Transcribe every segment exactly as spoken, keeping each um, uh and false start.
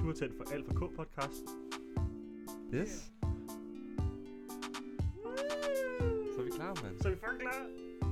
Du har tændt for Alfa K podcast. Yes. Så er vi klar, mand. Så er vi fucking klar.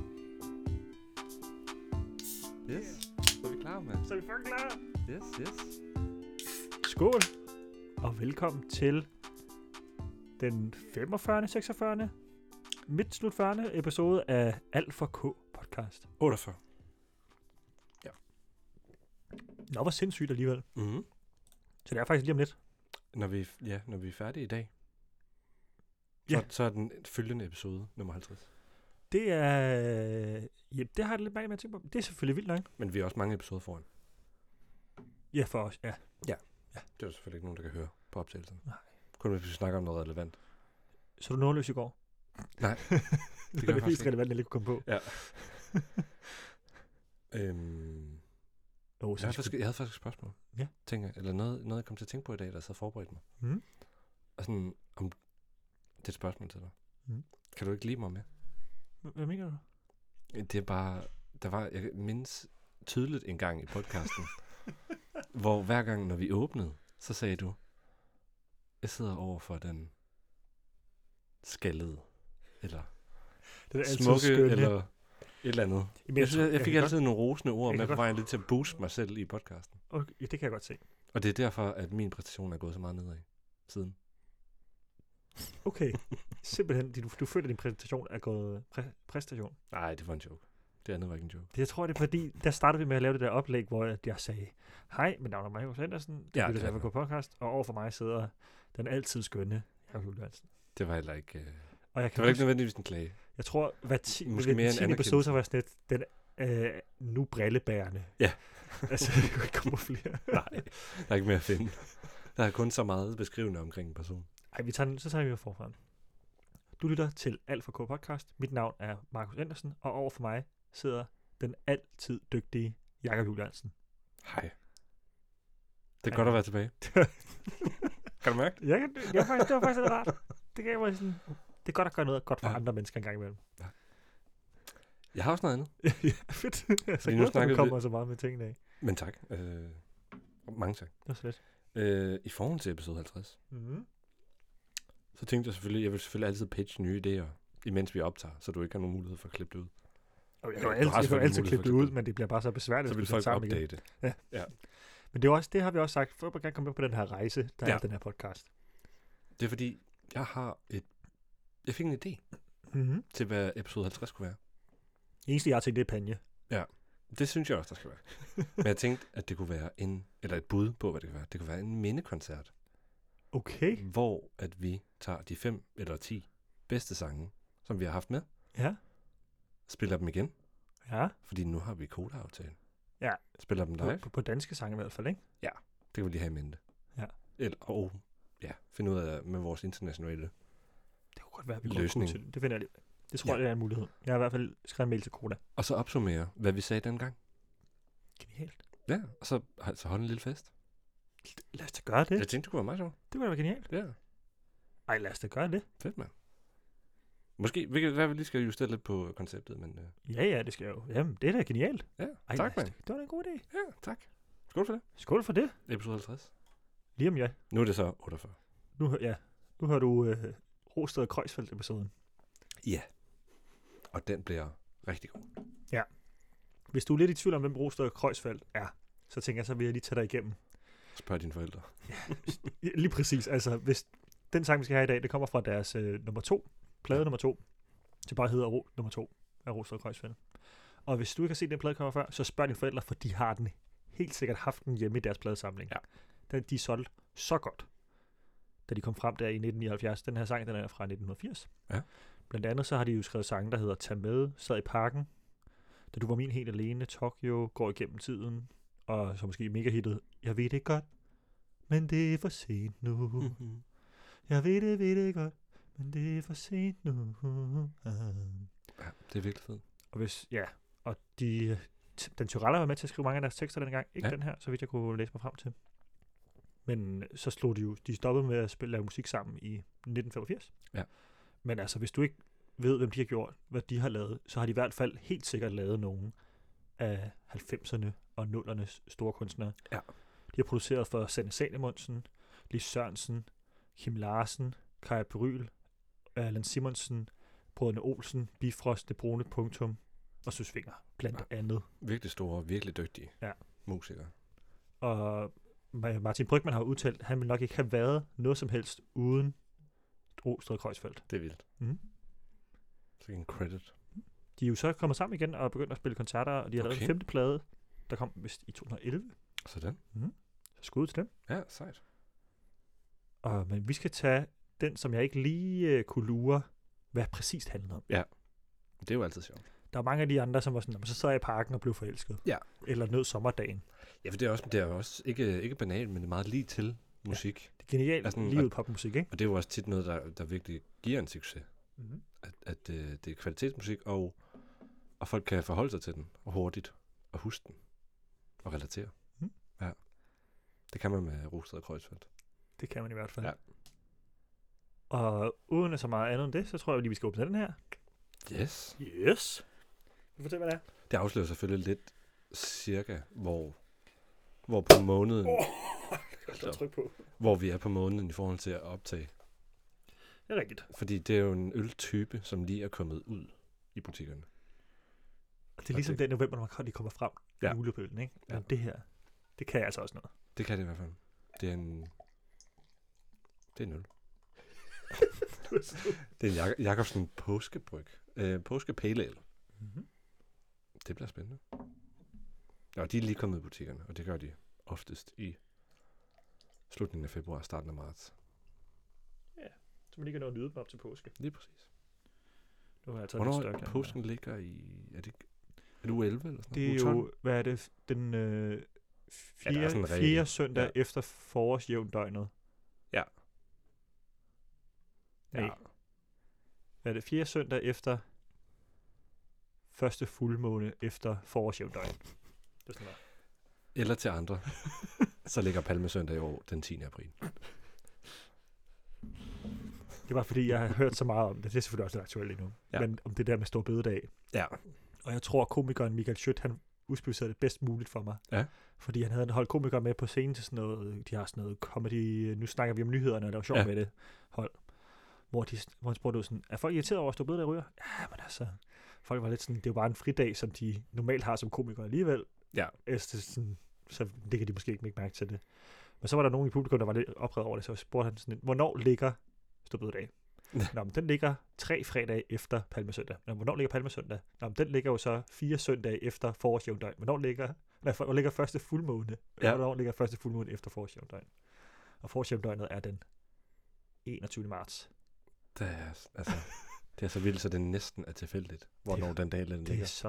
Yes. Så er vi klar, mand. Så er vi fucking klar. Yes, yes. Skål. Og velkommen til den femogfyrre, seksogfyrre, midt slut fyrre episode af Alfa K podcast. otteogfyrre. Ja. Nå, hvor sindssygt alligevel. Mhm. Så det er faktisk lige om lidt. Når vi, ja, når vi er færdige i dag, så, Ja. så er den følgende episode, nummer halvtreds. Det er... Ja, det har jeg lidt med at tænke på. Det er selvfølgelig vildt nok. Men vi har også mange episoder foran. Ja, for os, ja. Det er der selvfølgelig ikke nogen, der kan høre på optagelsen. Nej. Kun hvis vi snakker om noget relevant. Så du nåløs i går? Nej. Det, det gør var jeg det mest faktisk relevante, jeg lige kunne komme på. Ja. øhm, Oh, jeg, havde faktisk, jeg havde faktisk et spørgsmål. Ja. Tænker, eller noget, noget, jeg kom til at tænke på i dag, der så havde forberedt mig. Mm. Og sådan, om, det er et spørgsmål til dig. Mm. Kan du ikke lide mig med? Hvad mener du? Det er bare, der var, jeg mindes tydeligt en gang i podcasten, hvor hver gang, når vi åbnede, så sagde du, jeg sidder over for den skaldede, eller Det er altid smukke, skønne. eller et eller andet. Jamen, Jeg, synes, jeg, jeg kan fik godt- altid nogle rosende ord jeg med kan på vejen lidt til at booste mig selv i podcasten. Okay, ja, det kan jeg godt se. Og det er derfor, at min præstation er gået så meget nedad siden. Okay, simpelthen, du, du føler, at din præsentation er gået præ, præstation. Nej, det var en joke. Det andet var ikke en joke. Det, jeg tror, det er fordi, der startede vi med at lave det der oplæg, hvor jeg sagde, hej, mit navn er Markus Andersen, du Ja, ja, det lytter er til F A K podcast, og overfor mig sidder den altid skønne Jakob Juhl-Hansen. Det var heller ikke, øh, Og jeg det kan var ikke huske, nødvendigvis en klage. jeg tror, hver ti, Måske ved mere den en tiende episode, anerkendelse. så var jeg sådan lidt, den øh, nu brillebærende. Ja. altså, jeg kunne ikke komme på flere. Nej, der er ikke mere at finde. Der er kun så meget beskrivende omkring en person. Ej, vi tager, den- så tager vi jo forfra. Du lytter til Alfa K podcast. Mit navn er Markus Andersen, og overfor mig sidder den altid dygtige Jakob Juhl-Hansen. Hej. Det er Hej. godt at være tilbage. Kan du mærke det? Ja, det, det, var faktisk, det var faktisk lidt rart. Det gav mig sådan, det er godt at gøre noget godt for Ja. andre mennesker en gang imellem. Jeg har også noget andet. ja, fedt. Så nu glad for, at snakkede du kommer vi- så meget med tingene af. Men tak. Øh, mange tak. Det var så lidt. Øh, I forhold til episode halvtreds, Mm-hmm. så tænkte jeg selvfølgelig, jeg vil selvfølgelig altid pitche nye idéer, imens vi optager, så du ikke har nogen mulighed for at klippe det ud. Og jeg Du kan har altid, jeg kan selvfølgelig altid mulighed klippe for det at ud, klippe men det bliver bare så besværligt. Så at vil skulle folk sætte sammen igen. opdage det. Men det, er også, det har vi også sagt, for at gerne komme med på den her rejse, der Ja. er den her podcast. Det er fordi, jeg har et... Jeg fik en idé Mm-hmm. til, hvad episode halvtreds skulle være. Det eneste, jeg har tænkt, det er panje. Det synes jeg også, der skal være. Men jeg tænkte, at det kunne være en... Eller et bud på, hvad det kunne være. Det kunne være en mindekoncert, Okay. hvor at vi tager de fem eller ti bedste sange, som vi har haft med, Ja. spiller dem igen, Ja. fordi nu har vi kodeaftale. Ja. Spiller dem På, live. på, på danske sange i hvert fald, ikke? Det kan vi lige have i mente. Ja. Eller, og ja, finde ud af med vores internationale. Det kunne godt være, at vi kunne Løsning. til det. Det finder jeg lige. Det tror Ja. jeg, det er en mulighed. Jeg har i hvert fald skrevet en mail til Koda. Og så opsummere, hvad vi sagde dengang. Genialt. Ja, og så, så holde en lille fest. Lad os da gøre det. Jeg tænkte, det kunne være meget sjovt. Det kunne da være genialt. Ja, Ej, lad os da gøre det. fedt mand. Måske, vi kan være, vi lige skal justere lidt på konceptet, men uh, Ja, ja, det skal jeg jo. Jamen, det er da genialt. ja, Ej, tak lad os mand. da- Det var da en god idé. Ja, tak. Skål for det. Skål for det. Episode halvtreds. Lige om ja. Nu er det så otteogfyrre. Nu, hø- ja. nu hører du øh, Rosted og Kreuzfeldt-episoden. Ja. Og den bliver rigtig god. Hvis du er lidt i tvivl om, hvem Rosted og Kreuzfeldt er, så tænker jeg, så vil jeg lige tage dig igennem. Spørg dine forældre. Ja, lige præcis. Altså, hvis den sang, vi skal have i dag, det kommer fra deres øh, nummer to, plade Ja. nummer to, det bare hedder Ro, nummer to af Rosted og Kreuzfeldt. Og hvis du ikke har set den plade kommer før, så spørg dine forældre, for de har den helt sikkert haft den hjemme i deres pladesamling. Ja. Den, de solgte så godt, da de kom frem der i nitten nioghalvfjerds. Den her sang, den er fra nitten firs. Ja. Blandt andet så har de jo skrevet sange, der hedder Tag med, Sad i parken, Da du var min helt alene, Tokyo, Går igennem tiden, og så måske mega hittet, Jeg ved det godt, men det er for sent nu. Mm-hmm. Jeg ved det, ved det godt, men det er for sent nu. Ja, det er virkelig fedt. Og hvis, ja, og de, t- den Tyrella var med til at skrive mange af deres tekster dengang. Ikke Ja. ja. den her, så vidt jeg kunne læse mig frem til. Men så slog de jo, de stoppede med at spille lave musik sammen i nitten femogfirs. Ja. Men altså, hvis du ikke ved, hvem de har gjort, hvad de har lavet, så har de i hvert fald helt sikkert lavet nogen af halvfemserne og nullernes store kunstnere. Ja. De har produceret for Sanne Salomonsen, Lis Sørensen, Kim Larsen, Kaja Beryl, Allan Simonsen, Brødrene Olsen, Bifrost, Det Brune Punktum og Søs Finger, blandt ja. andet. Virkelig store, virkelig dygtige ja. musikere. Og Martin Brygmann har udtalt, at han ville nok ikke have været noget som helst uden Rostred Kreuzfeldt. Det er vildt. Mm. Så en credit. De er jo så kommet sammen igen og begyndt at spille koncerter, og de har okay. lavet en femte plade, der kom vist i to tusind og elleve. Sådan. Mm. Så skud til dem. Ja, sejt. Og, men vi skal tage den, som jeg ikke lige uh, kunne lure, hvad præcist handlede om. Ja, det er jo altid sjovt. Der er mange af de andre, som var sådan, så sad jeg i parken og blev forelsket. Ja. Eller nød sommerdagen. Ja, for det er også, det er også ikke, ikke banalt, men det er meget lige til musik. Ja, det er genialt altså, lige ud popmusik, ikke? Og det er jo også tit noget, der, der virkelig giver en succes. Mm-hmm. At, at uh, det er kvalitetsmusik, og, og folk kan forholde sig til den, og hurtigt, og huske den, og relatere. Mm. Ja. Det kan man med Rostred Kreuzfeldt. Det kan man i hvert fald. Ja. Og uden at så meget andet end det, så tror jeg lige, vi skal åbne den her. Yes. Yes. Fortæl, hvad det er. Det afslører selvfølgelig lidt cirka, hvor, hvor på måneden... Oh, jeg tryk på. Hvor vi er på måneden i forhold til at optage. Det er rigtigt. Fordi det er jo en øltype, som lige er kommet ud i butikkerne. Og det er ligesom det... den november, når de kommer frem i ja. julepøllen, ikke? Men ja. det her, det kan altså også noget. Det kan det i hvert fald. Det er en... Det er en øl. Det er en Jak- Jacobsen påskebryg. Øh, påske pale ale. Mm-hmm. Det bliver spændende. Ja, de er lige kommet i butikkerne, og det gør de oftest i slutningen af februar, starten af marts. Ja, så man lige kan nå at nyde dem op til påske. Lige præcis. Nu har jeg taget Hvornår lidt påsken der. Ligger i... Er det, er det uge elleve eller sådan noget? Det er jo, hvad er det, den øh, fjerde, ja, fjerde søndag ja. efter forårsjævndøgnet. Ja. Nej. Ja. Hvad er det, fjerde søndag efter første fuldmåne efter forårsjævndøgn. Det er sådan der. Eller til andre. Så ligger Palmesøndag i år den tiende april. Det var fordi, jeg har hørt så meget om det. Det er selvfølgelig også aktuelt endnu. Ja. Men om det der med stor bededag. Ja. Og jeg tror, komikeren Michael Schødt, han udspecificerede det bedst muligt for mig. Ja. Fordi han havde holdt komikere med på scenen til sådan noget, de har sådan noget comedy, nu snakker vi om nyhederne, og der var sjovt ja. med det hold. Hvor, de, hvor han spurgte sådan, er folk irriteret over at stå bededag ryger? Ja, men altså, folk var lidt sådan, det er jo bare en fridag, som de normalt har som komikere alligevel. Ja. Altså, sådan, så det kan de måske ikke mærke til det. Men så var der nogen i publikum, der var lidt oprevet over det, så spurgte han sådan, hvornår ligger stå bededag? Nå, men den ligger tre fredage efter Palmesøndag. Nå, hvornår ligger Palmesøndag? Nå, men den ligger jo så fire søndage efter forårsjævndøgn. Hvornår ligger, nej, hvor ligger første fuldmåne? Ja. Hvornår ligger første fuldmåne efter forårsjævndøgn? Og forårsjævndøgnet er den enogtyvende marts. Det er, altså, det er så vildt, så det næsten er tilfældigt, hvornår det, den dag den ligger. Det er så...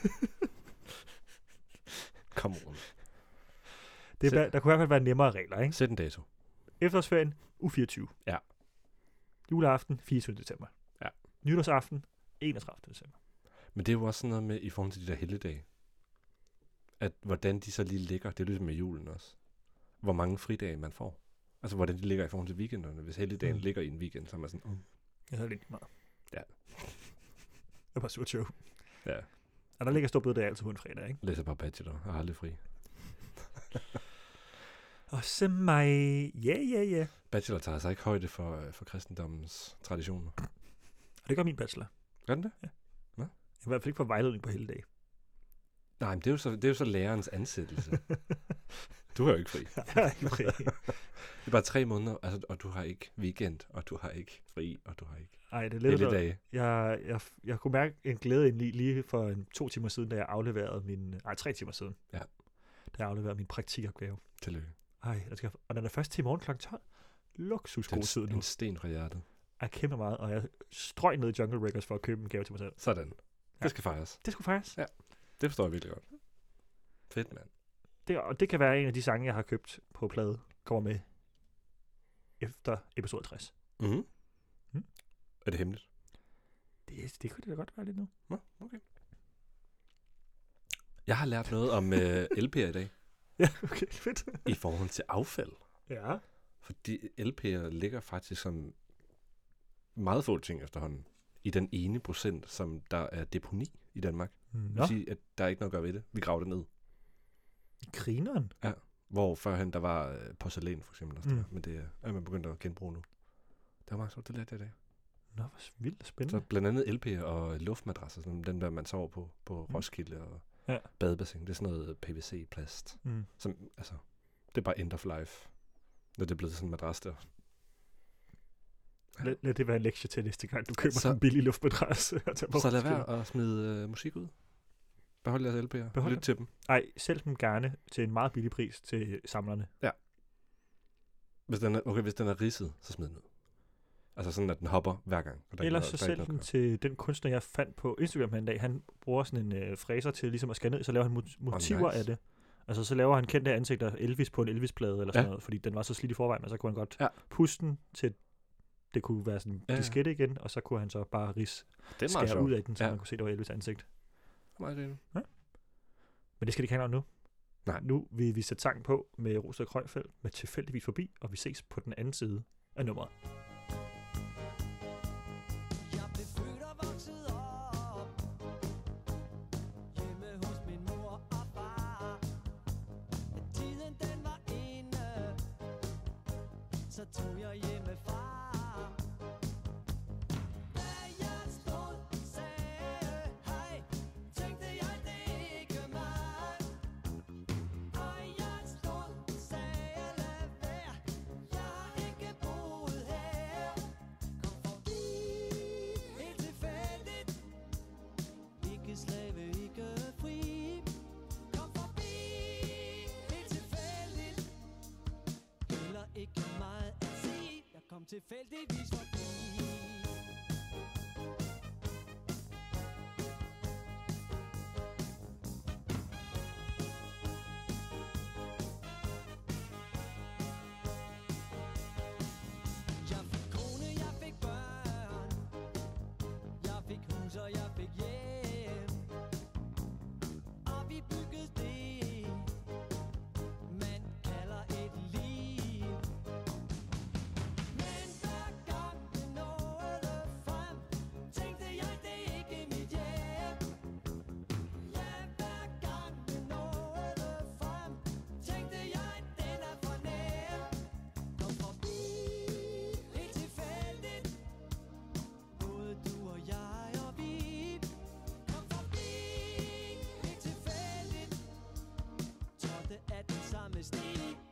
Kom on. Det er, der kunne i hvert fald være nemmere regler, ikke? Sæt en dato. Efterårsferien, uge fireogtyve. Ja. Juleaften, fireogtyvende december. Ja. Nytårsaften, enogtredivte december. Men det er jo også sådan noget med, i forhold til de der helligdage, at hvordan de så lige ligger, det er ligesom med julen også. Hvor mange fridage man får. Altså, hvordan de ligger i forhold til weekenderne. Hvis helligdagen mm. ligger i en weekend, så er man sådan... Uh. Jeg havde lidt meget. Ja. Det var bare surt show. Ja. Og der ligger stor bededag altid på en fredag, ikke? Læser bare bachelor og har aldrig fri. Og så mig... Ja, ja, ja. Bachelor tager altså ikke højde for, for kristendommens traditioner. Og det gør min bachelor. Gør den det? Ja. Nå? Jeg har i hvert fald ikke fået vejledning på hele dag. Nej, men det er jo så, det er jo så lærerens ansættelse. Du har jo ikke fri. Jeg har ikke fri. Det er bare tre måneder, altså, og du har ikke weekend, og du har ikke fri, og du har ikke Ej, det er lidt dage. Jeg, jeg, jeg kunne mærke en glæde lige, lige for en, to timer siden, da jeg afleverede min... Nej, tre timer siden. Ja. Da jeg afleverede min praktikopgave. Tillykke. Ej, jeg skal, og den er først til i morgen klokken tolv. Luksus god tid nu. En sten fra hjertet. Jeg kæmper meget, og jeg strøg ned i Jungle Records for at købe en gave til mig selv. Sådan. Ja. Det skal fejres. Det skulle fejres. Ja, det forstår jeg virkelig godt. Fedt, mand. Det, og det kan være en af de sange, jeg har købt på plade, kommer med efter episode tres. Mhm. Mm. Er det hemmeligt? Det, det kunne det da godt være lidt nu. Nå, okay. Jeg har lært noget om uh, L P'er i dag. Ja, okay, fedt. I forhold til affald. Ja. Fordi L P'er ligger faktisk som meget få ting efterhånden i den ene procent, som der er deponi i Danmark. Nå. Det vil sige, at der er ikke noget at gøre ved det. Vi graver det ned. Grineren? Ja, Hvor førhen der var øh, porcelæn for eksempel. Også Mm. der, men det er er man begyndt at genbruge nu. Det var meget sjovt, det lærte jeg i dag. Nå, hvor vildt Så spændende. blandt andet L P'er og luftmadrasser, sådan den der man sover på, på Mm. Roskilde og Ja. badebassin. Det er sådan noget P V C-plast. Mm. Som, altså, det er bare end of life, når det er blevet sådan en madras der. Lad, lad det være en lektie til næste gang, du køber Så- sådan en billig luftmadras. og tager på Så lad Roskilde. være at smide øh, musik ud. Behold jeres L P'er. Behold Lyt dem. til dem. Ej, sælg dem gerne til en meget billig pris til samlerne. Hvis den er, okay, hvis den er ridset, så smid den ud. Altså sådan, at den hopper hver gang. og der er Ellers ikke så noget- der er sælg ikke den noget til den kunstner, jeg fandt på Instagram her en dag. Han bruger sådan en øh, fræser til ligesom at skære ned, så laver han mot- motiver nice. af det. Altså så laver han kendte ansigter Elvis på en Elvis-plade eller sådan Ja. noget, fordi den var så slidt i forvejen, men så kunne han godt Ja. puste den til, det kunne være sådan en Ja, ja. diskette igen, og så kunne han så bare ris gør. Det er meget skære sjovt. ud af den, så Ja. man kunne se, det var Elvis ansigt. Meget griner. Men det skal det ikke handle om nu. Nej. Nu vil vi sætte sang på med Rosa Krøjfeldt med Tilfældigvis Forbi, og vi ses på den anden side af nummeret. Jeg blev født og vokset op hjemme hos min mor og far. Da tiden den var inde, så tog jeg hjemmefra. Da jeg stod, sagde hej, tænkte jeg det ikke mig. Og jeg stod, sagde lad være, jeg har ikke boet her. Kom forbi, helt tilfældigt, ikke slave, ikke fri. Kom forbi, helt tilfældigt, heller ikke meget at sige. Jeg kom tilfældigvis forbi. Jeg fik kone, jeg fik børn, jeg fik hus og jeg fik hjem, og vi byggede det, man kalder et liv. Men hver gang det nåede frem, tænkte jeg det er ikke mit hjem. Ja, hver gang det nåede frem, tænkte jeg den er for nem. Kom forbi, helt tilfældigt, både du og jeg og vi. Kom forbi, helt tilfældigt, trådte af den samme sti.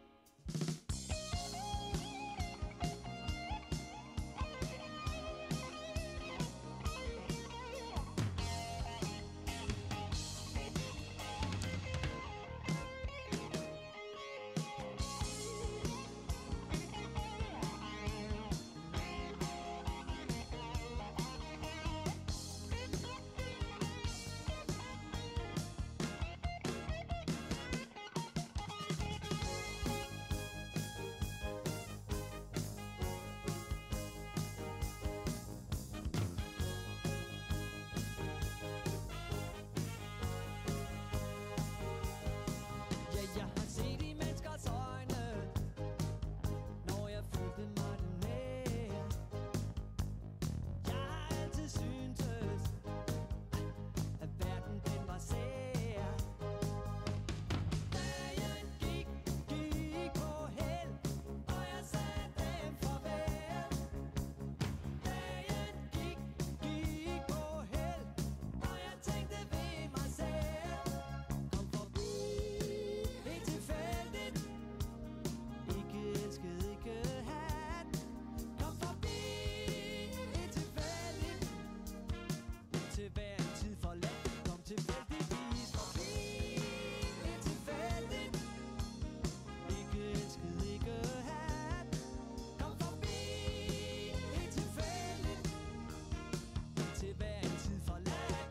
Ja, jeg har set i menneskers øjne, når jeg følte mig den nær. Jeg har altid syntes, at verden den var sær. Dagen gik, gik på held, og jeg sagde dem farvel. Dagen gik, gik på held, og jeg tænkte ved mig selv. Kom forbi, helt tilfældigt, ikke elsket, ikke hat. Kom forbi, helt tilfældigt, til hver en tid forladt. Kom tilfældigvis forbi, helt tilfældigt, ikke elsket, ikke hat. Kom forbi, helt tilfældigt, til hver en tid forladt.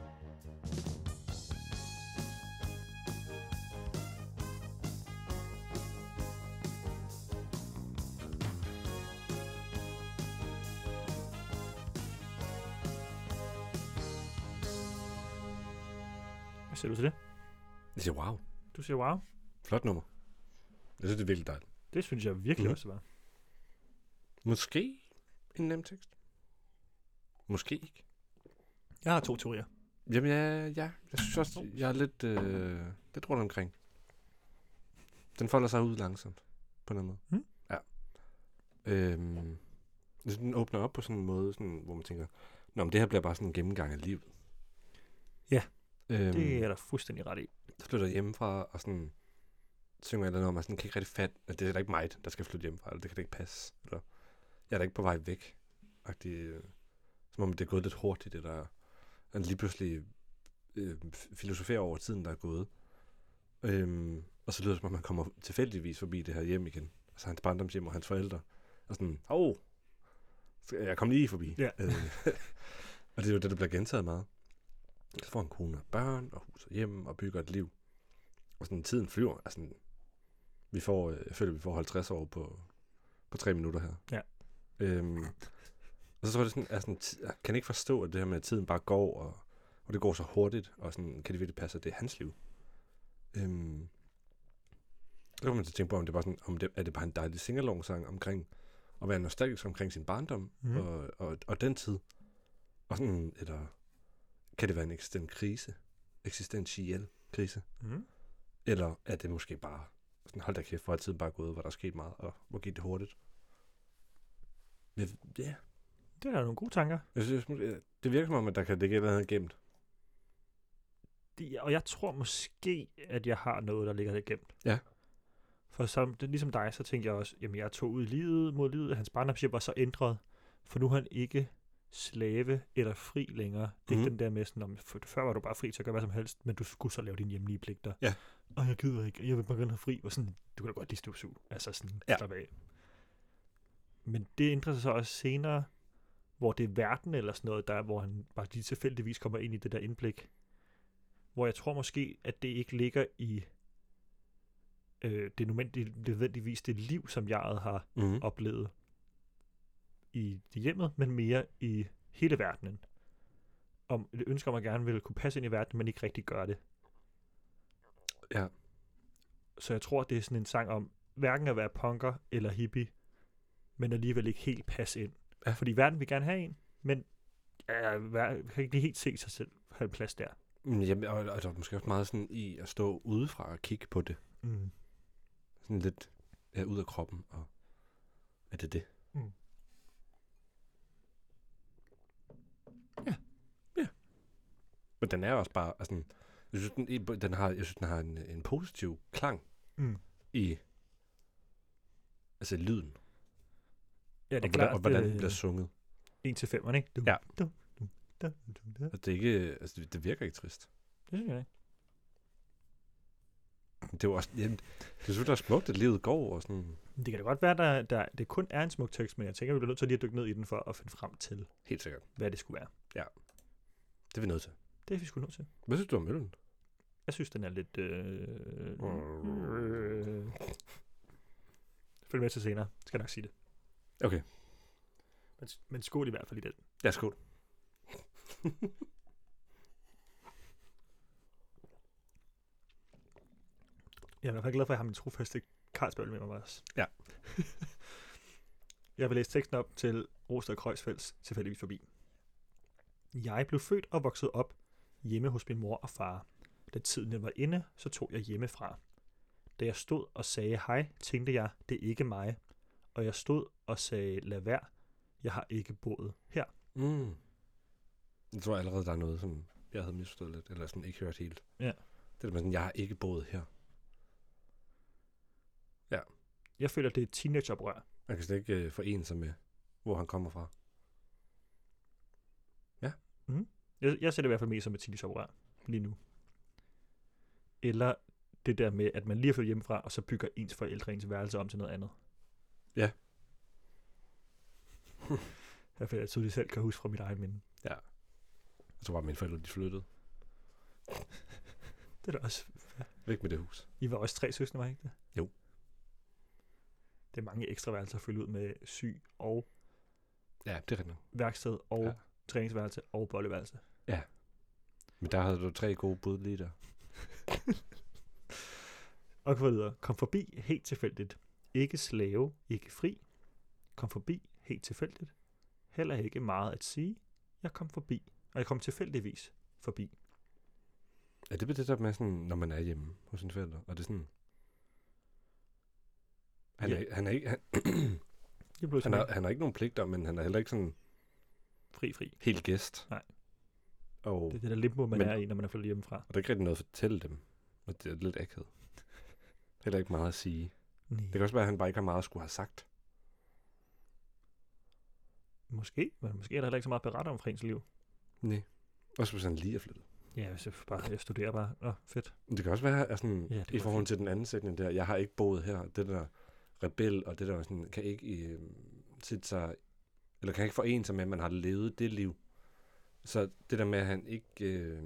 Hvad siger du til det? Jeg siger, wow. Du siger wow. Flot nummer. Jeg synes, det er virkelig dejligt. Det synes jeg virkelig Mhm. også var. Måske en nem tekst. Måske ikke. Jeg har to teorier. Jamen, ja, ja. Jeg synes også, jeg er lidt, øh, lidt rundt omkring. Den folder sig ud langsomt, på en måde. Mm. Ja. Øhm, altså, den åbner op på sådan en måde, sådan, hvor man tænker, nå, men det her bliver bare sådan en gennemgang af livet. Ja, øhm, Det er der fuldstændig ret i. Så flytter jeg hjemmefra, og sådan synger jeg noget om, at sådan, kan ikke rigtig fat, at det er da ikke mig, der skal flytte hjemmefra, eller det kan da ikke passe, eller jeg er da ikke på vej væk. Øh, som om det er gået lidt hurtigt, eller han lige pludselig øh, filosoferer over tiden, der er gået. Øhm, og så lyder det som om, man kommer tilfældigvis forbi det her hjem igen. Altså hans barndomshjem og hans forældre. Og sådan, åh, oh, jeg kom lige forbi. Ja. Øh, og det er jo det, der bliver gentaget meget. Så får en kone og børn, og hus og hjem, og bygger et liv. Og sådan, tiden flyver. Altså, vi får, jeg føler, vi får halvtreds år på, på tre minutter her. Ja. Øhm, og så tror jeg, det sådan, er sådan, ti- jeg kan ikke forstå, at det her med, at tiden bare går, og, og det går så hurtigt, og sådan, kan det virkelig passe, at det er hans liv? Øhm, så kan man så tænke på, om det, bare sådan, om det er det bare en dejlig singalong-sang omkring at være nostalgisk omkring sin barndom Mhm. og, og, og den tid. Og sådan, eller kan det være en eksistent krise? Eksistentiel krise? Mm. Eller er det måske bare sådan, hold da kæft, hvor er tiden bare gået, hvor der er sket meget, og hvor gik det hurtigt? Ja, ja. Det er da nogle gode tanker. Jeg synes, måske- det virker som om, at der kan ligge et eller andet gemt. Det, og jeg tror måske, at jeg har noget, der ligger lidt gemt. Ja. For som, det, ligesom dig, så tænkte jeg også, jamen jeg tog ud i livet mod livet, hans barndomshjem var så ændret, for nu er han ikke slave eller fri længere. Det er Mhm. ikke den der med sådan, om, for, før var du bare fri til at gøre hvad som helst, men du skulle så lave dine hjemlige pligter. Ja. Og jeg gider ikke, jeg vil bare gerne have fri, og sådan, du kan da godt lige støvsuge. Altså sådan, Ja. slap af. Men det ændrer sig så også senere, hvor det er verden eller sådan noget, der, hvor han bare lige tilfældigvis kommer ind i det der indblik. Hvor jeg tror måske, at det ikke ligger i øh, det nødvendig- nødvendigvis det liv, som jeg har Mm-hmm. oplevet i det hjemmet, men mere i hele verdenen. Om det ønsker om at gerne vil kunne passe ind i verden, men ikke rigtig gøre det. Ja. Så jeg tror, det er sådan en sang om hverken at være punker eller hippie, men alligevel ikke helt passe ind. Ja. Fordi verden vil gerne have en, men ja, ver- kan ikke lige helt se sig selv have en plads der. Mm, Jamen, og, og der er måske også meget sådan i at stå udefra og kigge på det. Mm. Sådan lidt ja, ud af kroppen, og er det det? Mm. Ja. Ja. Men den er også bare, altså, jeg synes, den, den har, jeg synes, den har en, en positiv klang Mm. i, altså lyden. Ja, det og er hvordan, klart, og hvordan øh, den bliver sunget. en til fem, ikke? Du, Ja. Du, du, du, du, du. Altså, det, er ikke, altså, det, det virker ikke trist. Det synes jeg ikke. Det er jo også, jamen, det er selvfølgelig også smukt, at livet går og sådan. Det kan da godt være, der, der det kun er en smuk tekst, men jeg tænker, vi bliver nødt til lige at dykke ned i den for at finde frem til, Helt sikkert. hvad det skulle være. Det er vi nødt til. Det er vi sgu nødt til. Hvad synes du om øllen? Jeg synes, den er lidt... Øh, øh, følg med til senere, skal jeg nok sige det. Okay. Men, men skål i hvert fald i den. Ja, skål. Jeg er i hvert fald glad for, at jeg har min trofaste Carlsberg med mig også. Ja. Jeg vil læse teksten op til Rosted Kreuzfelds tilfældigvis forbi. Jeg blev født og vokset op hjemme hos min mor og far. Da tiden var inde, så tog jeg hjemmefra. Da jeg stod og sagde hej, tænkte jeg, det er ikke mig. Og jeg stod og sagde, lad være, jeg har ikke boet her. Mm. Jeg tror allerede, der er noget, som jeg havde misforstået lidt, eller sådan ikke hørt helt. Ja. Det er med sådan, jeg har ikke boet her. Jeg føler, det er et teenageoprør. Man kan slet ikke øh, forene sig med, hvor han kommer fra. Jeg, jeg ser det i hvert fald mest som et teenageoprør lige nu. Eller det der med, at man lige har flyttet hjemmefra, og så bygger ens forældre ens værelse om til noget andet. Ja. Jeg føler, at jeg tydeligt selv kan huske fra mit eget minde. Jeg tror bare, at mine forældre de flyttede. Det er da også... Væk med det hus. I var også tre søskende, var I ikke det? Jo. Det er mange ekstra værelser at fylde ud med syg og Ja, det er rigtigt. værksted og Ja. ja. træningsværelse og bolleværelse. Men der havde du tre gode bud lige der. Og gå videre. Kom forbi helt tilfældigt. Ikke slave, ikke fri. Kom forbi helt tilfældigt. Heller ikke meget at sige. Jeg kom forbi. Og jeg kom tilfældigvis forbi. Er det det der med sådan, når man er hjemme hos sine forældre? Og det er sådan, Han, Ja. er, han er ikke... Han, Det blev han, har, han har ikke nogen pligter, men han er heller ikke sådan fri, fri. helt gæst. Nej. Og, Det er det der limbo, man Men- er i, når man er flyttet hjemmefra. og der er ikke rigtig noget at fortælle dem. Og det er lidt akavet. Heller ikke meget at sige. Nej. Det kan også være, at han bare ikke har meget at skulle have sagt. Måske, men måske er der heller ikke så meget berettet om ens liv. Nej. Også hvis han lige er flyttet. Ja, hvis jeg bare jeg studerer bare. Nå, fedt. Men det kan også være, at sådan, Ja, det i var forhold fint. til den anden sætning der, jeg har ikke boet her, det der rebel, og det der sådan, kan ikke øh, sætte sig, eller kan ikke forene sig med, at man har levet det liv. Så det der med, at han ikke, øh,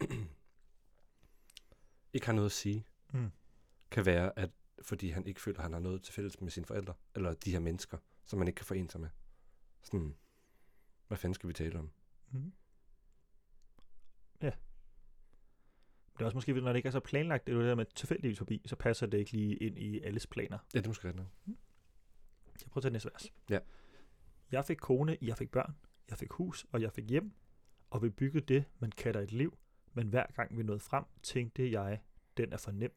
ikke har noget at sige, Mm. kan være, at fordi han ikke føler, at han har noget til fælles med sine forældre, eller de her mennesker, som man ikke kan forene sig med. Sådan, hvad fanden skal vi tale om? Mm. Ja. Det er også måske, når det ikke er så planlagt, det er jo det der med tilfældigvis forbi, så passer det ikke lige ind i alles planer. Ja, det er måske ret nok. Jeg prøver at tage næste vers. Ja. Jeg fik kone, jeg fik børn, jeg fik hus, og jeg fik hjem, og vi byggede det, man kalder et liv, men hver gang vi nåede frem, tænkte jeg, den er for nem.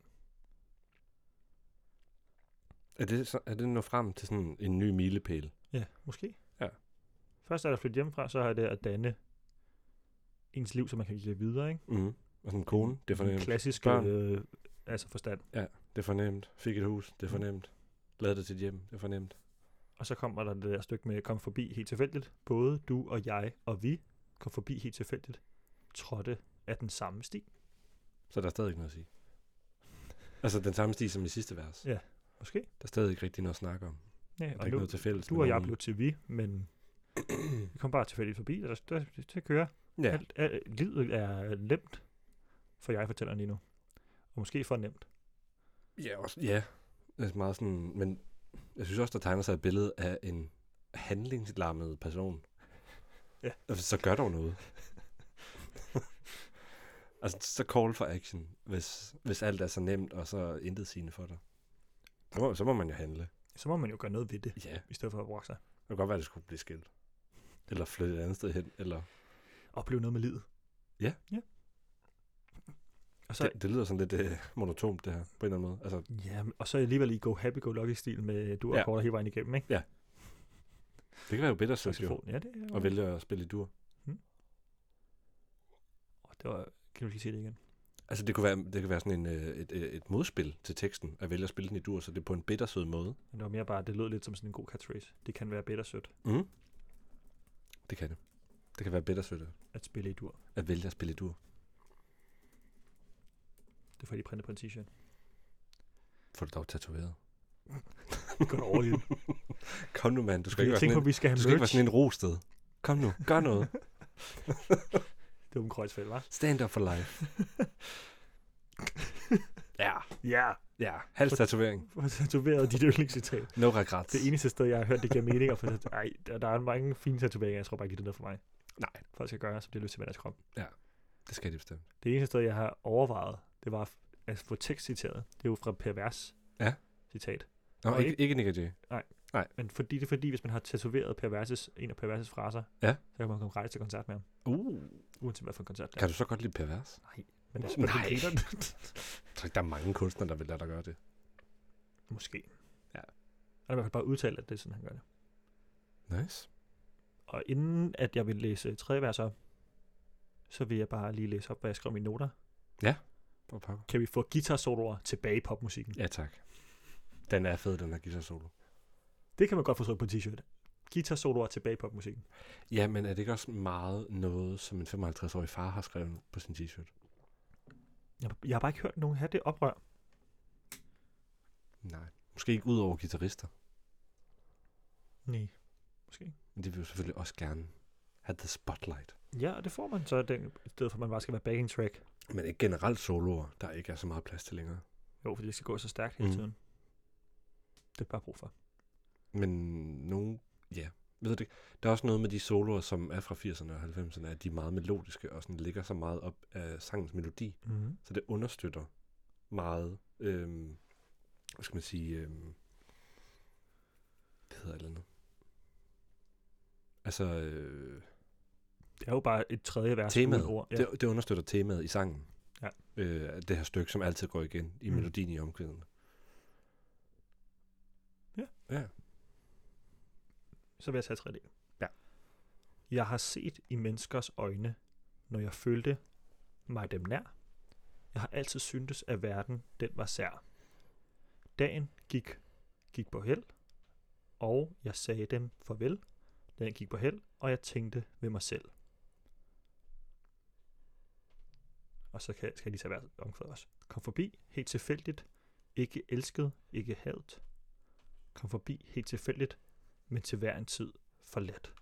Er det, så, er det nået frem til sådan en ny milepæl? Ja, måske. Ja. Først er der flyttet hjemmefra, så har det at danne ens liv, så man kan give det videre, ikke? Mm. Og sådan en kone, det er En fornemt. klassisk Børn. øh, altså forstand. Ja, det er fornemt. Fik et hus, det er Mm. fornemt. Lavede det til et hjem, det er fornemt. Og så kommer der det der stykke med, kom forbi helt tilfældigt. Både du og jeg og vi kom forbi helt tilfældigt. Trådte af den samme sti. Så der er stadig ikke noget at sige. Altså den samme stil som i sidste vers. Ja. Måske. Der er stadig ikke rigtig noget at snakke om. Ja, Der er og ikke nu, noget til fælles. du med og jeg nogen. blev til vi, men vi kom bare tilfældigt forbi, og der, der, der, der kører. Ja, Alt, alt, livet er nemt, for jeg fortæller lige nu. Og måske for nemt. ja, også, ja. Det er meget sådan, men jeg synes også, der tegner sig et billede af en handlingslammet person. Ja. Altså, så gør dog noget. Altså, så call for action, hvis, hvis alt er så nemt, og så intet sigende for dig. Så må, så må man jo handle. Så må man jo gøre noget ved det, Ja, i stedet for at brokke sig. det kan godt være, at det skulle blive skilt. Eller flytte et andet sted hen, eller... Opleve noget med livet. Ja. Ja. Og så, Det, det lyder sådan lidt øh, monotont, det her, på en eller anden måde. Altså, ja, og så alligevel i go happy go lucky stil med du og Ja. akkorder hele vejen igennem, ikke? det kan være jo bedre søgt, jo, Saxofon. Ja, det er at vælge at spille i dur. Åh, det var, kan du lige sige det igen? Altså, det kunne være, det kan være sådan en, øh, et, et, et modspil til teksten, at vælge at spille den i dur, så det er på en bittersød måde. Men det var mere bare, det lød lidt som sådan en god catchphrase. Det kan være bittersødt Mm. Det kan det. Det kan være bittersødt at spille i dur. at vælge at spille i dur. Det får de printet på en t-shirt. Får du dog tatoveret. Gå over lige. Kom nu, mand. Du skal Jeg ikke være tænker sådan på, en, vi skal have du skal ikke være merch. sådan en rosted. Kom nu, gør noget. Det var en kreuzfælde, hva'? Stand up for life. Ja, Ja. ja. Hals tatovering. Få tatoveret dit yndlingscitat. No regrets. Det eneste sted, jeg har hørt, det giver mening. For ej, der, der er mange fine tatoveringer. Jeg tror bare ikke, det er noget for mig. Nej. Folk skal gøre, så bliver lyst til med deres krop. Det skal de bestemt. Det eneste sted, jeg har overvejet, det var at få tekstciteret. Det er jo fra Pervers Ja. citat. Nå, Og ikke, ikke Nick og Jay. Men fordi det er fordi, hvis man har tatoveret Perverses, en af Perverses fraser, Ja. så kan man komme gratis til koncert med ham. Uh. Uanset hvad for en koncert det er. Kan du så godt lide pervers? Nej, men det er Nej. Nej. Jeg tror ikke, der er mange kunstnere, der vil lade dig gøre det. Måske. Ja. Han har i hvert fald bare udtalt, at det er sådan, han gør det. Nice. Og inden at jeg vil læse tredje vers op, så vil jeg bare lige læse op, hvad jeg skrev i mine noter. På pokker. Kan vi få guitar-soloer tilbage i popmusikken? Ja, tak. Den er fed, den her guitar solo. Det kan man godt få trykt på en t-shirt. Guitar-soloer tilbage i popmusikken. Ja, men er det ikke også meget noget, som en femoghalvtreds-årig far har skrevet på sin t-shirt? Jeg, jeg har bare ikke hørt nogen have det oprør. Nej. Måske ikke ud over guitarister. Nej, måske. Men de vil jo selvfølgelig også gerne have the spotlight. Ja, og det får man så, den, i stedet for at man bare skal være backing track. Men ikke generelt soloer, der ikke er så meget plads til længere. Jo, fordi det skal gå så stærkt hele Mhm. tiden. Det er bare brug for. Men nogen, ja, ved det ikke. Der er også noget med de soloer, som er fra firserne og halvfemserne, at de er meget melodiske og sådan ligger så meget op af sangens melodi. Mm-hmm. Så det understøtter meget, øhm, hvad skal man sige, øhm, det hedder et eller andet. Altså, øh, Det er jo bare et tredje vers temaet, uden ord. Ja. det, det understøtter temaet i sangen. Ja. Øh, det her stykke, som altid går igen i Mm. melodien i omkvædene. Så vil jeg tage tre D. Ja. Jeg har set i menneskers øjne, når jeg følte mig dem nær. Jeg har altid syntes, at verden, den var sær. Dagen gik, gik på held, og jeg sagde dem farvel. Dagen gik på held, og jeg tænkte ved mig selv. Og så kan, skal jeg lige tage hver omkvæd også. Kom forbi, helt tilfældigt, ikke elsket, ikke hadet. Kom forbi, helt tilfældigt, men til hver en tid forladt.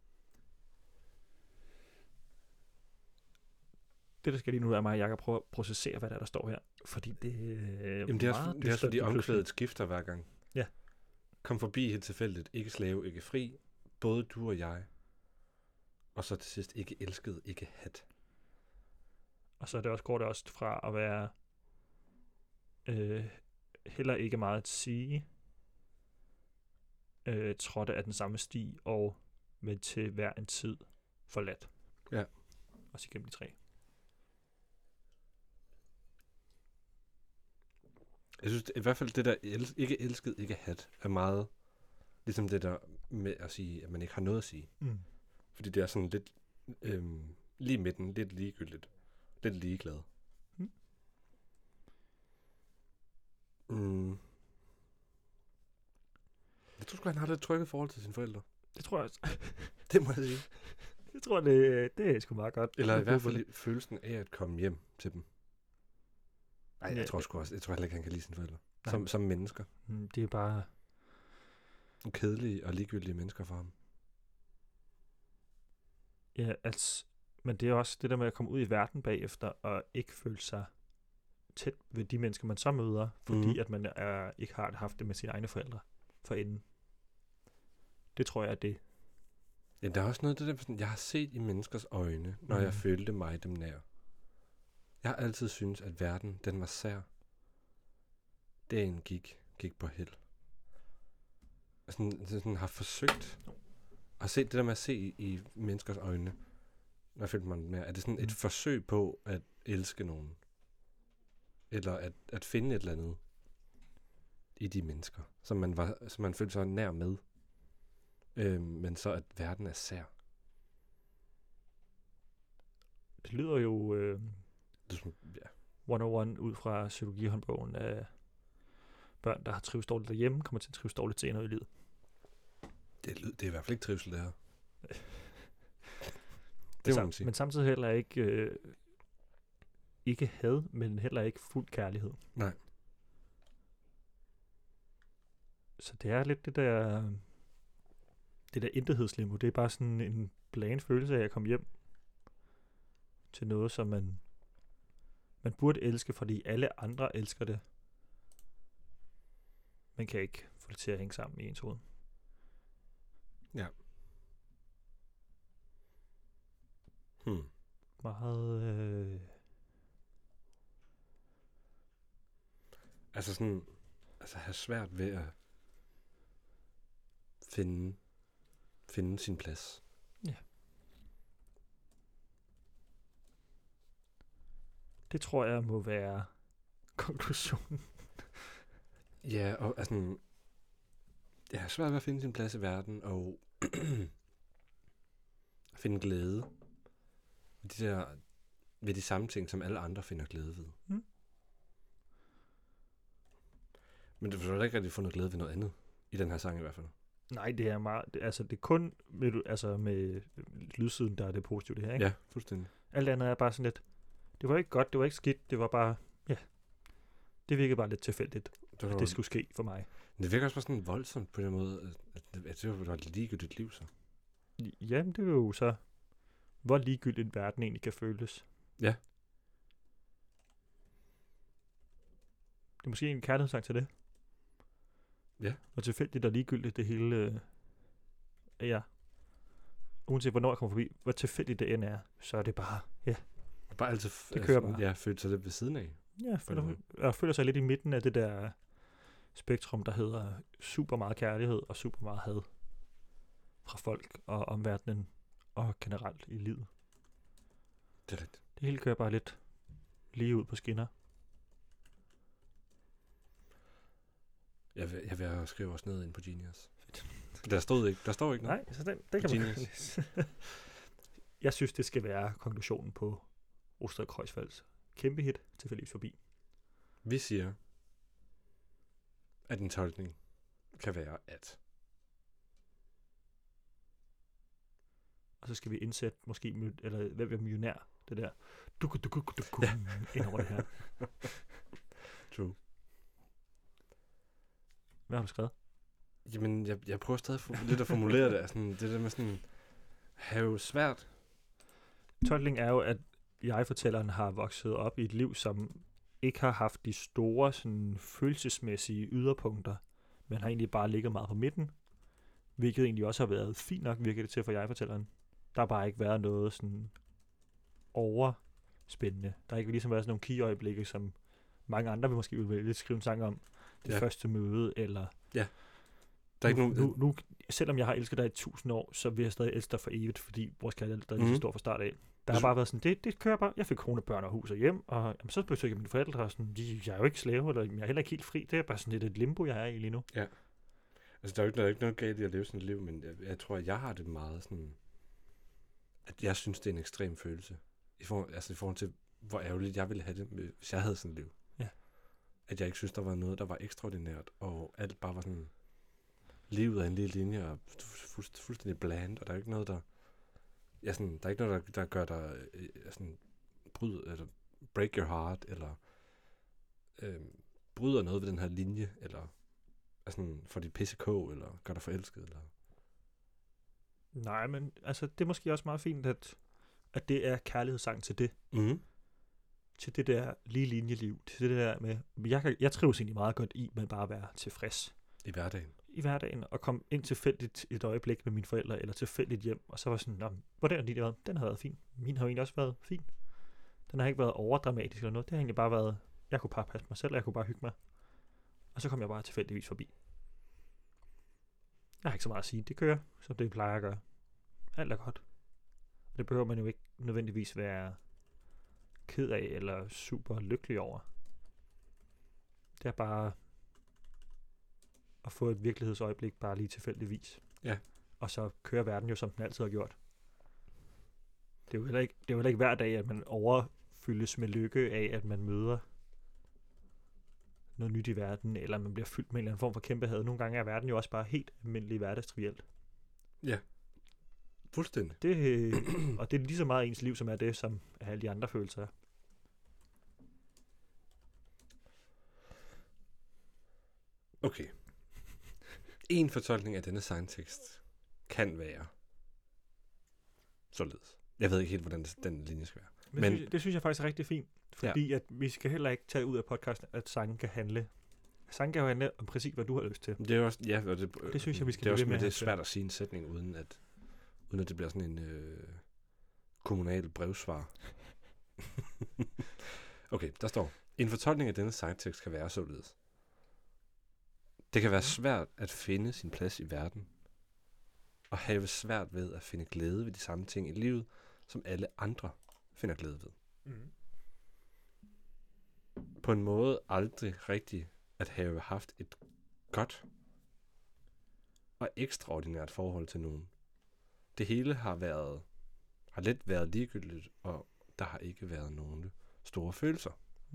Det, der skal lige nu, er mig og Jakob prøve at processere, hvad der, er, der står her. Fordi det er Jamen, det er, også, meget det er også dystert fordi lige pludselig. omkvædet skifter hver gang. Ja. Kom forbi helt tilfældigt, ikke slave, ikke fri, både du og jeg. Og så til sidst, ikke elsket, ikke hat. Og så er det også, går det også fra at være øh, heller ikke meget at sige, øh, trådte af den samme sti, og men til hver en tid forladt. Ja. Og så igennem de tre. Jeg synes i hvert fald, det der el- ikke elsket, ikke hat, er meget ligesom det der med at sige, at man ikke har noget at sige. Mm. Fordi det er sådan lidt øhm, lige midten, lidt ligegyldigt, lidt ligeglad. Mm. Mm. Jeg tror sgu, han har lidt trykket forhold til sine forældre. Det tror jeg også. Det må jeg sige. Jeg tror, det, det er sgu meget godt. Eller i Jeg hvert håber fald følelsen af at komme hjem til dem. Nej, Ja, jeg tror sgu også, jeg tror heller ikke, han kan lide sine forældre. Nej. Som, som mennesker. Mm, det er bare... Kedelige og ligegyldige mennesker for ham. Ja, altså... Men det er også det der med at komme ud i verden bagefter, og ikke føle sig tæt ved de mennesker, man så møder, fordi Mhm. at man er, ikke har haft det med sine egne forældre forinden. Det tror jeg er det. Ja, der er også noget af det der, sådan, jeg har set i menneskers øjne, når Mhm. jeg følte mig dem nær. Jeg har altid syntes, at verden, den var sær. Dagen gik, gik på held. Sådan, sådan har forsøgt at se det der med at se i, i menneskers øjne, når jeg følte mig dem nær. Er det sådan et Mhm. forsøg på at elske nogen? Eller at, at finde et eller andet i de mennesker, som man, var, som man følte sig nær med? Øhm, men så at verden er sær. Det lyder jo øh, Det er sådan, ja. et nul et ud fra psykologihåndbogen af børn, der har trives dårligt derhjemme, kommer til at trives dårligt senere i livet. Det, er, lyd- det er i hvert fald ikke trivsel, det her. Men Det må sam- man sige. Men samtidig heller ikke øh, ikke had, men heller ikke fuld kærlighed. Nej. Så det er lidt det der det der intethedslimbo. Det er bare sådan en bland følelse af at komme hjem til noget, som man man burde elske, fordi alle andre elsker det. Man kan ikke få det til at hænge sammen i ens hoved. Ja. Hmm. Meget øh, Altså sådan, altså have svært ved at finde, finde sin plads. det tror jeg må være konklusionen. Ja, og altså, jeg har svært ved at finde sin plads i verden, og finde glæde ved de, der, ved de samme ting, som alle andre finder glæde ved. Mm. Men du har ikke rigtig fundet glæde ved noget andet, i den her sang i hvert fald. Nej, det er meget, det, altså det er kun med, altså med lydsiden, der er det positive det her, ikke? Ja, fuldstændig. Alt andet er bare sådan lidt, det var ikke godt, det var ikke skidt, det var bare, ja, det virkede bare lidt tilfældigt, Det, at var, det skulle ske for mig. det virker også bare sådan voldsomt på den måde, at, at, at det var et ligegyldigt liv så. Jamen, det er jo så, hvor ligegyldigt verden egentlig kan føles. Ja. Det er måske en kærlighedssang til det. Ja. Og tilfældigt og ligegyldigt det hele øh, er jeg. Uanset hvornår jeg kommer forbi, hvor tilfældigt det end er, så er det bare, ja. Bare altid f- Det kører sådan, bare. Ja, følte sig lidt ved siden af. Ja, jeg føler, Mhm. jeg føler sig lidt i midten af det der spektrum, der hedder super meget kærlighed og super meget had fra folk og omverdenen og generelt i livet. Det er rigtigt. Det hele kører bare lidt lige ud på skinner. Jeg vil, jeg vil skrive også ned ind på Genius. Der stod ikke. Der står ikke noget. Nej, så den, det kan man Genius. læse. Jeg synes, det skal være konklusionen på Rosted Kreuzfelds kæmpe hit tilfældigvis forbi. Vi siger, at en tolkning kan være at. Og så skal vi indsætte måske, mil- eller hvem er millionær, det der. Duku, duku, duku, duku, ind over det her. True. Hvad har du skrevet? Jamen, jeg, jeg prøver stadig for, lidt at formulere det. Sådan, det der med sådan, er jo svært. Tolkning er jo, at jeg-fortælleren har vokset op i et liv, som ikke har haft de store sådan, følelsesmæssige yderpunkter, men har egentlig bare ligget meget på midten, hvilket egentlig også har været fint nok, virker det til for jeg-fortælleren. Der har bare ikke været noget sådan overspændende. Der har ikke ligesom været sådan nogle key-øjeblikke, som mange andre vil måske vil vælge at skrive en sang om. Det Ja. første møde, eller... Der er ikke nu, nogen... nu, nu, selvom jeg har elsket dig i tusind år, så vil jeg stadig elske dig for evigt, fordi vores kærlighed er lige så Mhm. stor fra start af. Der Hvis- har bare været sådan, det, det kører bare. Jeg fik kone, børn og hus og hjem, og jamen, så besøger jeg mine forældre, og sådan, de, jeg er jo ikke slave, eller jeg er heller ikke helt fri. Det er bare sådan lidt et limbo, jeg er i lige nu. Altså, der er jo ikke, der er ikke noget galt i at leve sådan et liv, men jeg, jeg tror, at jeg har det meget sådan, at jeg synes, det er en ekstrem følelse. I forhold, altså i forhold til, hvor ærgerligt jeg ville have det, med- hvis jeg havde sådan et liv. Ja. At jeg ikke synes, der var noget, der var ekstraordinært, og alt bare var sådan, livet er en lille linje, og fuldst, fuldstændig bland, og der er ikke noget, der, ja, sådan, der er ikke noget, der, der gør dig øh, sådan, bryd, eller break your heart, eller øh, bryder noget ved den her linje, eller er sådan, får dit pisse kog, eller gør dig forelsket, eller... Nej, men altså, det er måske også meget fint, at, at det er kærlighedssang til det. Mm-hmm. Til det der lige linjeliv. Til det der med, jeg, kan, jeg trives egentlig meget godt i, med bare at være tilfreds I hverdagen. i hverdagen, og komme ind tilfældigt et øjeblik med mine forældre, eller tilfældigt hjem, og så var sådan, "Nå, hvordan har din været? Den har været fin. Min har jo egentlig også været fin. Den har ikke været overdramatisk eller noget. Det har egentlig bare været, jeg kunne bare passe mig selv, og jeg kunne bare hygge mig. Og så kom jeg bare tilfældigvis forbi. Jeg har ikke så meget at sige. Det kører, som det plejer at gøre. Alt er godt. Og det behøver man jo ikke nødvendigvis være ked af, eller super lykkelig over. Det er bare at få et virkelighedsøjeblik bare lige tilfældigvis. Ja. Og så kører verden jo, som den altid har gjort. Det er jo heller ikke, det er jo heller ikke hver dag, at man overfyldes med lykke af, at man møder noget nyt i verden, eller man bliver fyldt med en eller anden form for kæmpe had. Nogle gange er verden jo også bare helt almindelig hverdagstrivielt. Ja. Fuldstændig. Det, øh, og det er lige så meget ens liv, som er det, som er alle de andre følelser er. Okay. En fortolkning af denne sangtekst kan være således. Jeg ved ikke helt, hvordan den linje skal være. Men, Men- det, synes, det synes jeg faktisk er rigtig fint, fordi ja. at vi skal heller ikke tage ud af podcasten, at sangen kan handle. Sangen kan jo handle om præcis, hvad du har lyst til. Det er også, ja, og det, Det synes jeg, vi skal det er blive også ved med med, at det er have svært at sige en sætning, uden at, uden at det bliver sådan en øh, kommunal brevsvar. Okay, der står, en fortolkning af denne sangtekst kan være således. Det kan være svært at finde sin plads i verden, og have svært ved at finde glæde ved de samme ting i livet, som alle andre finder glæde ved. Mm. På en måde aldrig rigtig at have haft et godt og ekstraordinært forhold til nogen. Det hele har været har let været ligegyldigt, og der har ikke været nogen store følelser.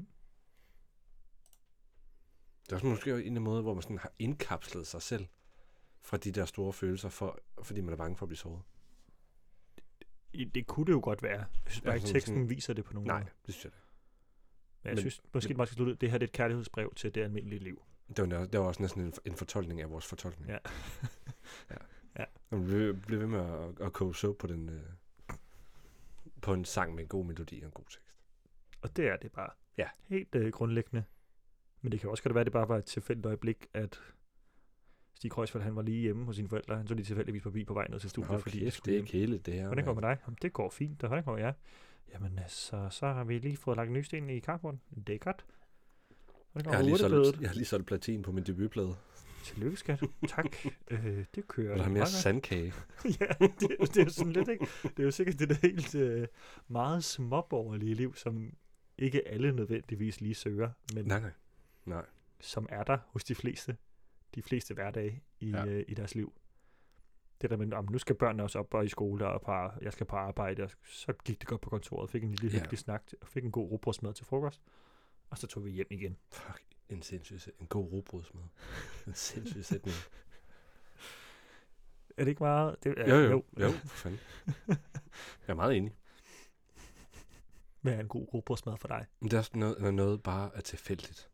Det er også måske en af måder, hvor man sådan har indkapslet sig selv fra de der store følelser, for, fordi man er bange for at blive såret. Det, det kunne det jo godt være. Jeg synes bare Ja, ikke, sådan- teksten sådan- viser det på nogen Nej, måde. det synes jeg da. Men jeg men- synes måske, men- man skal slutte, det her det er et kærlighedsbrev til det almindelige liv. Det var, det var også næsten en, en fortolkning af vores fortolkning. Ja. ja. Ja. Man blev, blev ved med at, at koge så på, den, øh, på en sang med en god melodi og en god tekst. Og det er det bare. Ja. Helt øh, grundlæggende. Men det kan også godt være, at det bare var et tilfældigt øjeblik, at Stig Kreuzfeldt, han var lige hjemme hos sine forældre. Han så lige tilfældigvis forbi på vej ned til studiet, Hold fordi kæft, jeg det skulle er hjem. ikke hele det her. Hvordan går det mand. med dig? Jamen, det går fint. Og hvordan går jeg? Jamen, altså, så har vi lige fået lagt en ny sten i carporten. Det er godt. Hvordan Jeg har, går lige solgt, urtebledet? jeg har lige solgt platin på min debutplade. Tillykke, skat. Tak. øh, det kører. Eller har mere meget sandkage. godt. Ja, det, det er jo sådan lidt, ikke? Det er jo sikkert det der helt øh, meget småborgerlige liv, som ikke alle nødvendigvis lige søger, men Nej, nej. Nej. som er der hos de fleste, de fleste hverdage i, Ja. øh, i deres liv. det der med, om nu skal børnene også op og i skole, og på, jeg skal på arbejde, og så gik det godt på kontoret, fik en lille Ja. hyggelig snak, og fik en god rugbrødsmad til frokost, og så tog vi hjem igen. Fuck, en sindssyg sæt- En god rugbrødsmad. En sindssyg sætning. Er det ikke meget? Det, Jo, jo, jo, jo, for fanden. Jeg er meget enig. Hvad er en god rugbrødsmad for dig? Men det er også noget, når noget bare er tilfældigt.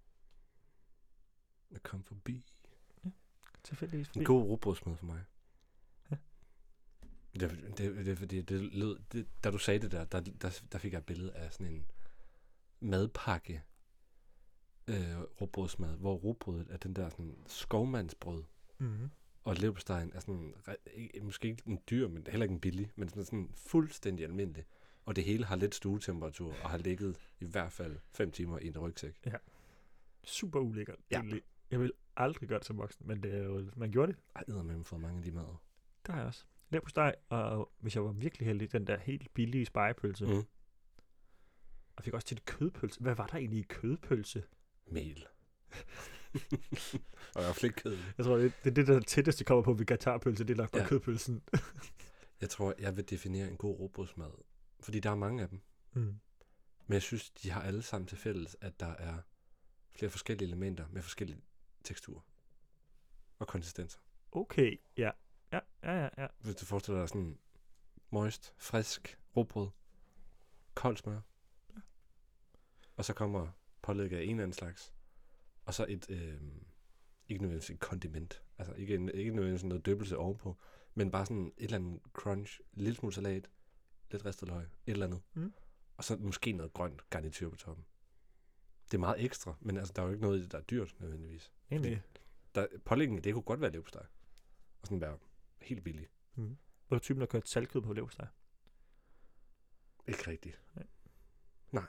Jeg kom forbi. Tilfældigvis En forbi. god rugbrødsmad for mig. Ja. Det, er- det, det, det er fordi, det lød, det, da du sagde det der, der, der, der fik jeg et billede af sådan en madpakke øh, rugbrødsmad, hvor rugbrødet er den der sådan skovmandsbrød, Mm-hmm. og leverpostejen er sådan, re- ikke- måske ikke en dyr, men heller ikke en billig, men sådan, sådan fuldstændig almindelig. Og det hele har lidt stuetemperatur, og har ligget i hvert fald fem timer i en rygsæk. Super ulækkert. Ja. egentlig. Jeg vil aldrig gøre det som voksen, men det er jo, man gjorde det. Ej, jeg har fået mange af de mader. Det har jeg også. Leverpostej, og hvis jeg var virkelig heldig, den der helt billige spegepølse. Mm. Mm. Og jeg fik også til det kødpølse. Hvad var der egentlig i kødpølse? Mel. og jeg har flik kød. Jeg tror, det, det er det, der tætteste kommer på vegetarpølse, det er nok bare Ja. kødpølsen. Jeg tror, jeg vil definere en god rugbrødsmad, fordi der er mange af dem. Mm. Men jeg synes, de har alle sammen til fælles, at der er flere forskellige elementer med forskellige teksturer og konsistenser. Okay, ja. Ja, ja, ja, ja. Hvis du forestiller dig sådan moist, frisk rugbrød, koldt smør, og så kommer pålægget af en eller anden slags, og så et, øh, ikke nødvendigvis et kondiment, altså ikke, en, ikke nødvendigvis noget døbelse ovenpå, men bare sådan et eller andet crunch, en lille smule salat, lidt ristet løg, et eller andet, Mm. og så måske noget grønt garnityr på toppen. Det er meget ekstra, men altså, der er jo ikke noget i det, der er dyrt nødvendigvis. Egentlig. Der, pålæggende, det kunne godt være leverpostej, og sådan være helt billig. Mm. Var du typen, der kørte saltkød på leverpostej? Ikke rigtigt. Nej. Nej.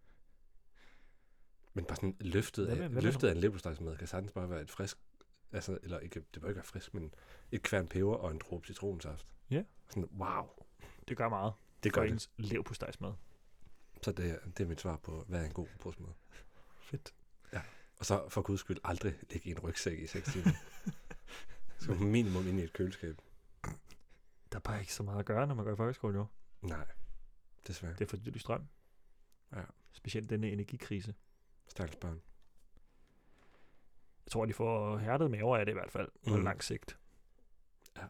Men bare sådan løftet Hvad af, med- hvad med løftet af en leverpostejsmad kan sagtens bare være et frisk, altså, eller ikke, det bør ikke være frisk, men et kværn peber og en dråbe citronsaft. Ja. Sådan, wow. Det gør meget. Det for gør det. ens leverpostejsmad. Så det, er- det er mit svar på, hvad er en god rugbrødsmad. Fedt. Og så for guds skyld aldrig ligge i en rygsæk i seks timer. Så minimum ind i et køleskab. Der er bare ikke så meget at gøre, når man går i folkeskole, jo. Nej, desværre. Det er for dyrt i strøm. Ja. Specielt denne energikrise. Stakkels børn. Jeg tror, de får hærdet maver af det i hvert fald, på Mm. lang sigt. Ja.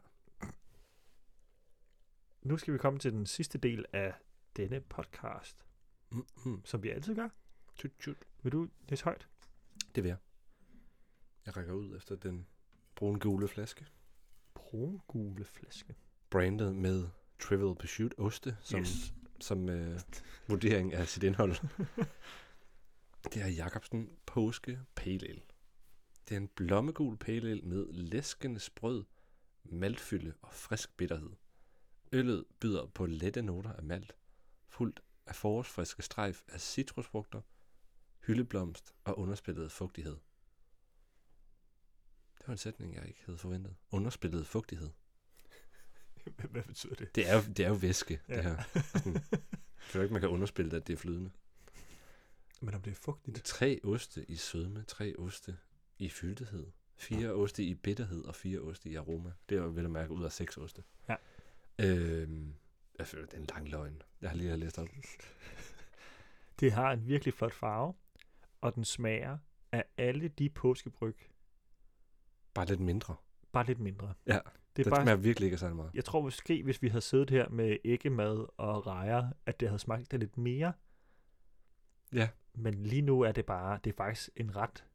Nu skal vi komme til den sidste del af denne podcast, Mm-hmm. som vi altid gør. Tut, tut. Vil du læse højt? Det vil jeg. Jeg rækker ud efter den brune gule flaske. Brungule flaske. Brandet med Trivial Pursuit oste, som, Yes. som øh, vurdering af sit indhold. Det er Jacobsen Påske Pale Ale. Det er en blommegul pale ale med læskende sprød, maltfylde og frisk bitterhed. Øllet byder på lette noter af malt, fuldt af forårsfriske strejf af citrusfrugter, hyldeblomst og underspillet fugtighed. Det var en sætning, jeg ikke havde forventet. Underspillet fugtighed. Hvad betyder det? Det er jo, det er jo væske, Ja. det her. Sådan, jeg føler ikke, man kan underspille det, at det er flydende. Men om det er fugtigt? Tre oste i sødme, tre oste i fyldighed, fire oste i bitterhed og fire oste i aroma. Det er jo vel at mærke ud af seks oste. Ja. Øhm, jeg føler, det er en lang løgn. Jeg har lige læst op. Det har en virkelig flot farve, og den smager af alle de påskebryg, Bare lidt mindre. bare lidt mindre. Ja, Det er det bare, smager virkelig ikke særlig meget. jeg tror måske, hvis vi havde siddet her med æggemad og rejer, at det havde smagt det lidt mere. Ja. Men lige nu er det bare, det er faktisk en ret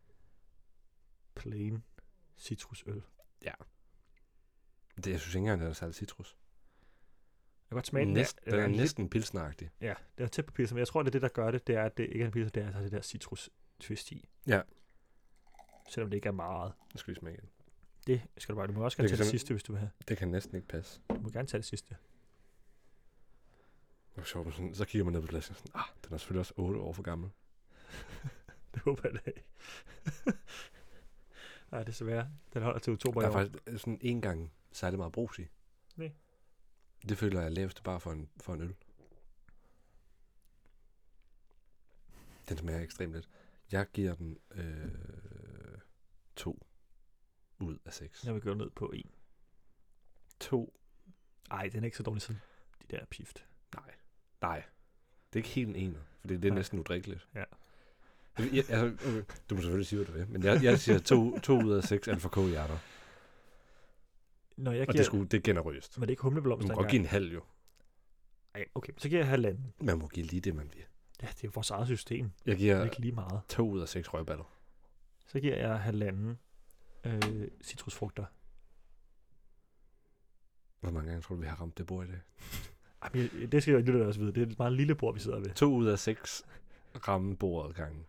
plain citrusøl. Det, jeg synes ikke engang, det er særlig citrus. Jeg kan godt smage den. Næsten, der- den er lidt- næsten pilsneragtig. Ja, det er tæt på pilsen, men jeg tror, det er det, der gør det, det er, at det ikke er en pilsen, det er altså det der citrus-twist i. Ja. Selvom det ikke er meget. Nu skal vi smage igen. Det skal du bare. Du må også gerne Det kan tage det simpelthen- sidste, hvis du vil have. Det kan næsten ikke passe. Du må gerne tage det sidste. Det var sjovt, men sådan, så kigger man ned på flasken. Sådan, ah, den er selvfølgelig også otte år for gammel. Det håber jeg da ikke. Nej, desværre. Den holder til oktober i Der er år. faktisk sådan en gang særlig meget brus i. Nej. Det føler jeg er lavest bare for en, for en øl. Den smager ekstremt lidt. Jeg giver den øh, to ud af seks. Jeg vil gå ned på en. to. Ej, den er ikke så dårlig som de der pift. Nej. Nej. Det er ikke helt en ener, for det er Nej. næsten udrikkeligt. Ja. Jeg, jeg, altså, okay. Du må selvfølgelig sige, hvad du vil, men jeg, jeg siger to, to ud af seks Alfa K-hjerter. Når jeg Og giver... det, skulle, det er generøst. Men det er ikke Du humleblomster må godt give en halv, jo. Ej, okay, så giver jeg halvanden. Man må give lige det, man vil. Ja, det er jo vores eget system. Jeg Det giver er ikke lige meget. to ud af seks røgballer. Så giver jeg halvanden øh, citrusfrugter. Hvor mange gange tror du, vi har ramt det bord i dag? Ej, men jeg- det skal jeg jo også vide. Det er et meget lille bord, vi sidder ved. To ud af seks ramme bordet gange.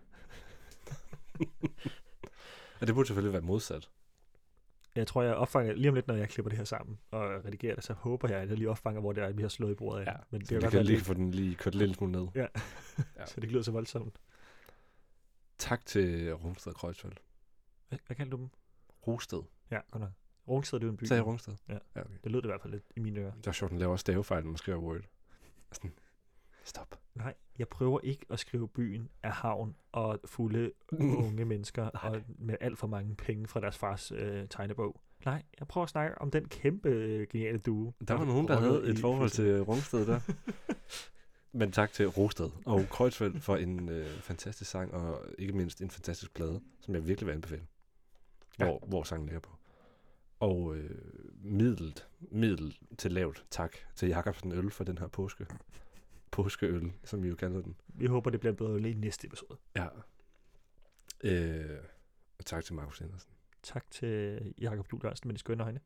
Og det burde selvfølgelig være modsat. Jeg tror, jeg opfanger lige om lidt, når jeg klipper det her sammen og redigerer det, så håber jeg, at jeg lige opfanger, hvor det er, at vi har slået i bordet af. Ja, Men det så er vi godt kan være lige lidt, få den lige kørt lidt smule ned. Ja. Ja. så det ikke lyder så voldsomt. Tak til Rungsted Kreuzfeldt. Hvad, hvad kalder du dem? Rungsted. Ja, godt nok. Rungsted, det er jo en by. Sagde jeg Rungsted? Ja. Ja, okay. Det lød det i hvert fald lidt i mine ører. Det er sjovt, den laver også stavefejl, når man skriver Word. Sådan, stop. Nej, jeg prøver ikke at skrive byen af havn og fulde unge mennesker og med alt for mange penge fra deres fars øh, tegnebog. Nej, jeg prøver at snakke om den kæmpe øh, geniale duo. Der var nogen, der rockede havde et i forhold fødsel. til Rungsted der. Men tak til Rungsted og Kreuzfeldt for en øh, fantastisk sang, og ikke mindst en fantastisk plade, som jeg virkelig vil anbefale. Ja. Hvor, hvor sangen ligger på. Og øh, middelt, middel til lavt tak til Jacobsen Øl for den her påske. Påskeøl, som vi jo kalder den. Vi håber, det bliver bedre i næste episode. Ja. Øh, og tak til Markus Andersen. Tak til Jakob Juhl Jørgensen med de skønne øjne.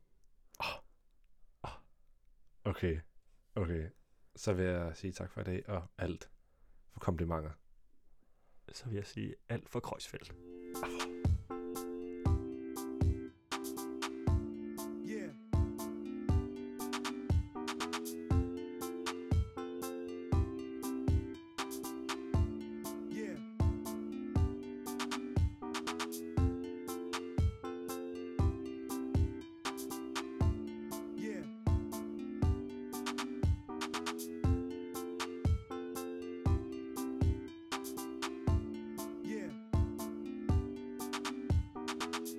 Okay, okay. Så vil jeg sige tak for i dag, og alt for komplimenter. Så vil jeg sige alt for Kreuzfeldt.